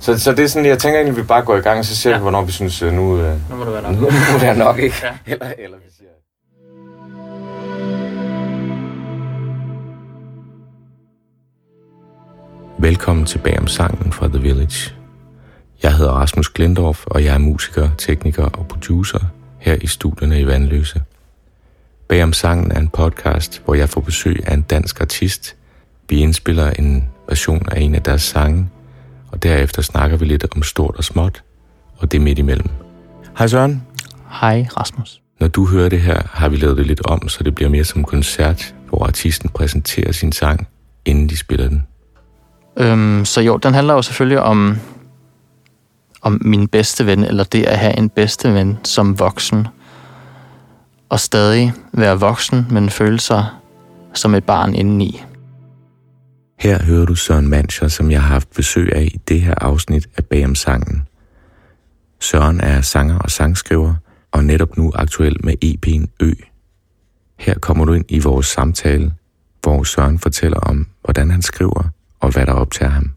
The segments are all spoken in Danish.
Så det er sådan, jeg tænker egentlig, at vi bare går i gang, og så ser vi, hvornår vi synes, nu må det være nok. Nu må det være nok, ikke? Ja. Eller vi siger... Velkommen tilbage om sangen fra The Village. Jeg hedder Rasmus Glendorf, og jeg er musiker, tekniker og producer her i studierne i Vanløse. Bag om sangen er en podcast, hvor jeg får besøg af en dansk artist. Vi indspiller en version af en af deres sange, og derefter snakker vi lidt om stort og småt, og det midt imellem. Hej Søren. Hej Rasmus. Når du hører det her, har vi lavet det lidt om, så det bliver mere som en koncert, hvor artisten præsenterer sin sang, inden de spiller den. Så jo, den handler jo selvfølgelig om min bedste ven, eller det at have en bedste ven som voksen, og stadig være voksen, men føle sig som et barn indeni. Her hører du Søren Mancher, som jeg har haft besøg af i det her afsnit af Bag om sangen. Søren er sanger og sangskriver, og netop nu aktuel med EP'en Ø. Her kommer du ind i vores samtale, hvor Søren fortæller om, hvordan han skriver, og hvad der optager ham.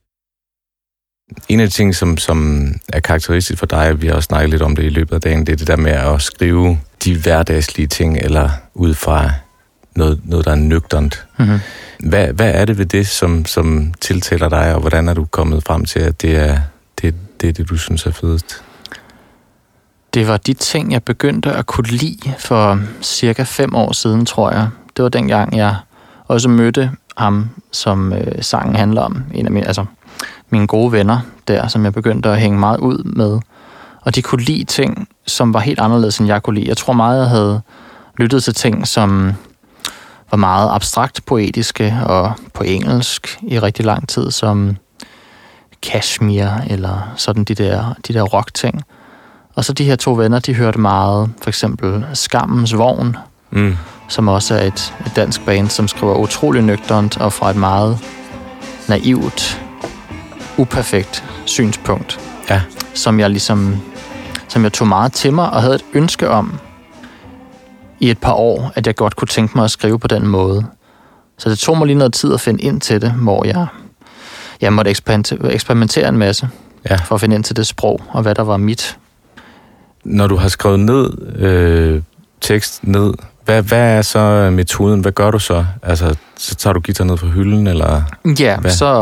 En af de ting, som er karakteristisk for dig, og vi har også snakket lidt om det i løbet af dagen, det er det der med at skrive de hverdagslige ting, eller ud fra noget der er nøgternt. Mm-hmm. Hvad er det ved det, som tiltaler dig, og hvordan er du kommet frem til, at det er det, du synes er fedest? Det var de ting, jeg begyndte at kunne lide for cirka 5 år siden, tror jeg. Det var dengang, jeg også mødte ham, som sangen handler om. En af mine gode venner der, som jeg begyndte at hænge meget ud med. Og de kunne lide ting, som var helt anderledes, end jeg kunne lide. Jeg tror meget, jeg havde lyttet til ting, som var meget abstrakt poetiske og på engelsk i rigtig lang tid, som Kashmir eller sådan de der rock-ting. Og så de her 2 venner, de hørte meget, for eksempel Skammens Vogn, som også er et dansk band, som skriver utrolig nøgternt og fra et meget naivt, uperfekt synspunkt, som jeg tog meget til mig og havde et ønske om i et par år, at jeg godt kunne tænke mig at skrive på den måde. Så det tog mig lige noget tid at finde ind til det, hvor jeg måtte eksperimentere en masse for at finde ind til det sprog, og hvad der var mit. Når du har skrevet ned, tekst ned, hvad er så metoden? Hvad gør du så? Altså, så tager du guitar ned fra hylden, eller? Ja,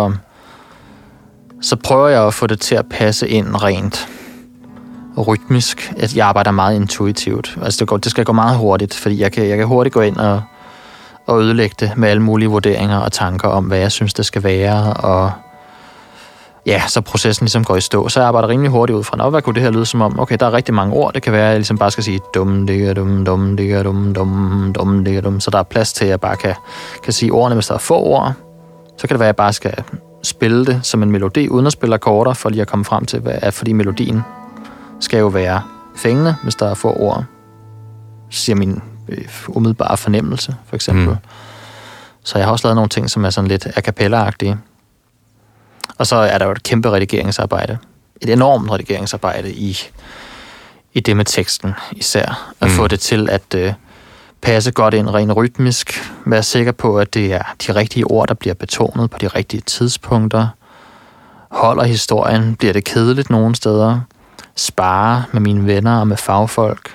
så prøver jeg at få det til at passe ind rent rytmisk. Jeg arbejder meget intuitivt. Altså, det skal gå meget hurtigt, fordi jeg kan hurtigt gå ind og ødelægge det med alle mulige vurderinger og tanker om, hvad jeg synes, det skal være, og ja, så processen ligesom går i stå. Så jeg arbejder rimelig hurtigt ud fra, hvad kunne det her lyde som om? Okay, der er rigtig mange ord. Det kan være, at jeg ligesom bare skal sige dum, digga, dum, dum, digga, dum, dum, dum, digga, dum. Så der er plads til, at jeg bare kan sige ordene, hvis der er få ord. Så kan det være, at jeg bare skal spille det som en melodi, uden at spille akkorder, for lige at komme frem til, fordi melodien skal jo være fængende, hvis der er få ord. Så siger min umiddelbare fornemmelse, for eksempel. Så jeg har også lavet nogle ting, som er sådan lidt a cappella-agtige. Og så er der jo et kæmpe redigeringsarbejde. Et enormt redigeringsarbejde i det med teksten især. At få det til at passe godt ind rent rytmisk. Være sikker på, at det er de rigtige ord, der bliver betonet på de rigtige tidspunkter. Holder historien. Bliver det kedeligt nogle steder? Spare med mine venner og med fagfolk.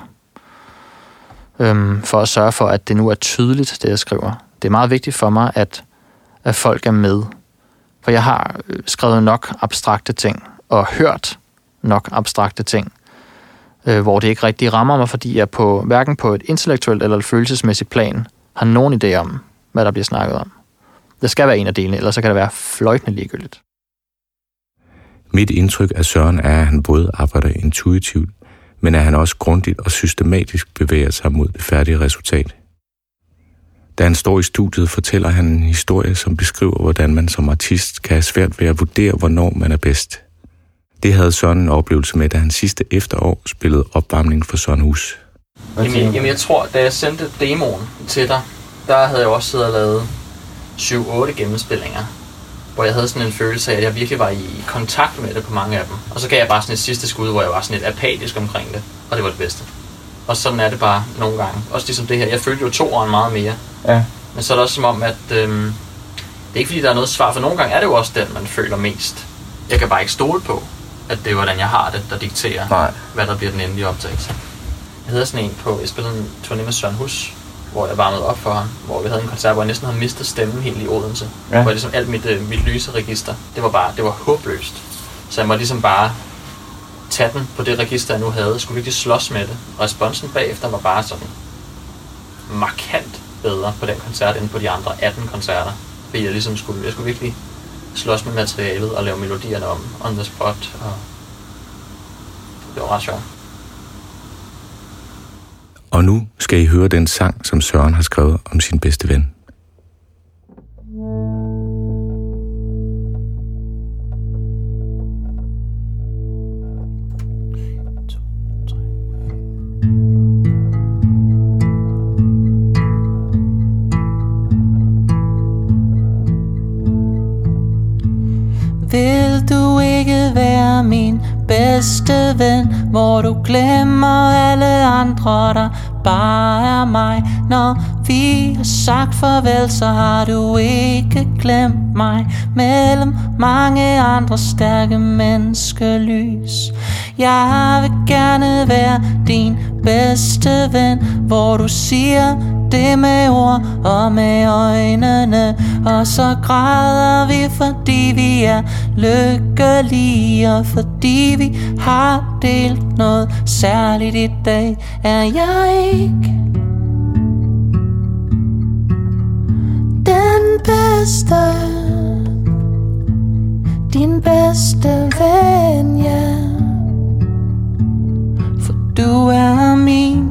For at sørge for, at det nu er tydeligt, det jeg skriver. Det er meget vigtigt for mig, at folk er med. For jeg har skrevet nok abstrakte ting, og hørt nok abstrakte ting, hvor det ikke rigtig rammer mig, fordi jeg hverken på et intellektuelt eller et følelsesmæssigt plan har nogen idé om, hvad der bliver snakket om. Det skal være en af delene, ellers så kan det være fløjtende ligegyldigt. Mit indtryk af Søren er, at han både arbejder intuitivt, men at han også grundigt og systematisk bevæger sig mod det færdige resultat. Da han står i studiet, fortæller han en historie, som beskriver, hvordan man som artist kan have svært ved at vurdere, hvornår man er bedst. Det havde Søren en oplevelse med, da han sidste efterår spillede opvarmning for Søren Hus. Jamen jeg tror, da jeg sendte demoen til dig, der havde jeg også siddet og lavet 7-8 gennemspillinger, hvor jeg havde sådan en følelse af, at jeg virkelig var i kontakt med det på mange af dem. Og så gav jeg bare sådan et sidste skud, hvor jeg var sådan lidt apatisk omkring det, og det var det bedste. Og sådan er det bare nogle gange. Også ligesom det her. Jeg følte jo 2 år meget mere. Ja. Men så er det også som om, at det er ikke fordi, der er noget svar. For nogle gange er det jo også den, man føler mest. jeg kan bare ikke stole på, at det er, hvordan jeg har det, der dikterer, hvad der bliver den endelige optagelse. Jeg havde sådan en på, jeg spillede en turné med Søren Hus, hvor jeg varmede op for ham, hvor vi havde en koncert, hvor jeg næsten havde mistet stemmen helt i Odense. Ja. Hvor ligesom alt mit lyseregister, det var håbløst. Så jeg måtte ligesom bare tage den på det register, jeg nu havde, skulle virkelig slås med det. Og responsen bagefter var bare sådan markant bedre på den koncert, end på de andre 18 koncerter. Fordi jeg skulle virkelig slås med materialet og lave melodierne on the spot. Og det var ret sjovt. Og nu skal I høre den sang, som Søren har skrevet om sin bedste ven. Vil du ikke være min bedste ven, hvor du glemmer alle andre, der bare er mig? Når vi har sagt farvel, så har du ikke glemt mig. Mellem mange andre stærke menneskelys. Jeg vil gerne være din bedste ven, hvor du siger det med ord og med øjnene, og så græder vi, fordi vi er lykkelige, og fordi vi har delt noget særligt i dag. Er jeg ikke den bedste, din bedste ven, ja, for du er min.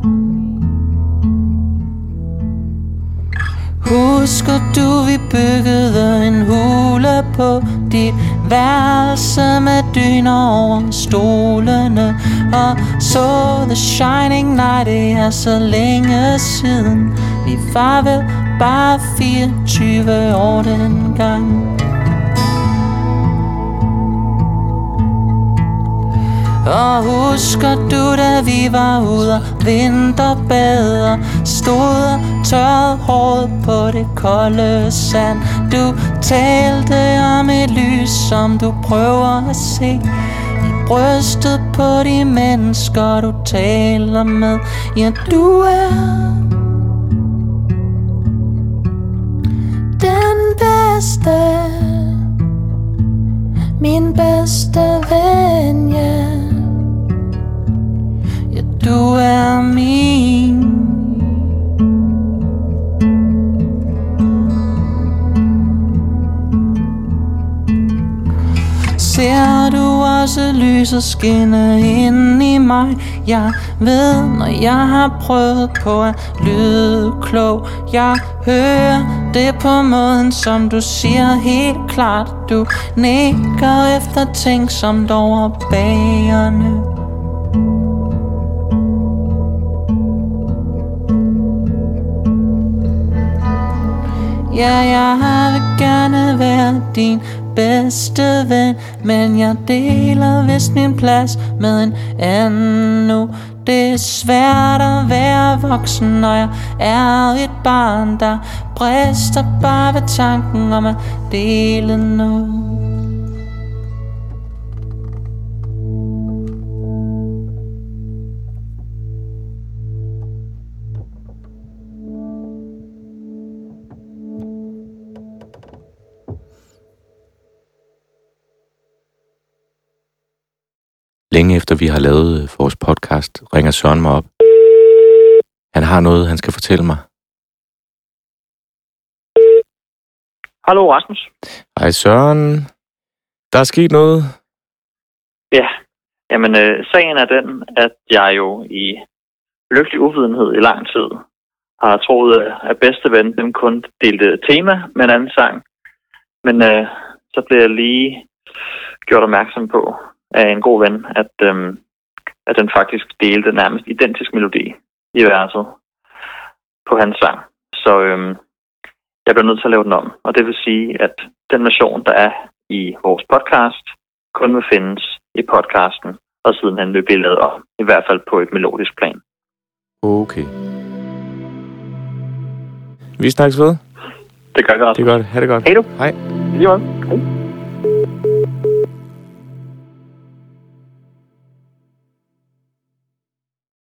Husker du, vi byggede en hule på dit værelse med dyner over stolene, og så The Shining Night, det er så længe siden. Vi var vel bare 24 år dengang. Og husker du, da vi var ude og vinterbade, stod og tørrede håret på det kolde sand. Du talte om et lys, som du prøver at se i brystet på de mennesker, du taler med. Ja, du er den bedste, min bedste ven, ja. Ja, du er min. Ser du også lyset skinne ind i mig? Jeg ved, når jeg har prøvet på at lyde klog. Jeg hører det på måden, som du siger helt klart. Du nikker efter ting, som dog er bagerne. Ja, jeg vil gerne være din bedste ven, men jeg deler vist min plads med en anden nu. Det er svært at være voksen, når jeg er et barn, der brister bare ved tanken om at dele noget. Længe efter vi har lavet vores podcast, ringer Søren mig op. Han har noget, han skal fortælle mig. Hallo, Rasmus. Hej Søren. Der er sket noget. Ja, jamen sagen er den, at jeg jo i lykkelig uvidenhed i lang tid har troet, at bedste ven den kun delte tema med en anden sang. Men så blev jeg lige gjort opmærksom på af en god ven, at den faktisk delte nærmest identisk melodi i verset på hans sang. Så jeg blev nødt til at lave den om. Og det vil sige, at den version, der er i vores podcast, kun vil findes i podcasten, og sidenhen vil blive lavet om. I hvert fald på et melodisk plan. Okay. Vi snakkes ved. Det gør jeg godt. Det er godt. Ha' det godt. Hej du. Hej. Lige måde.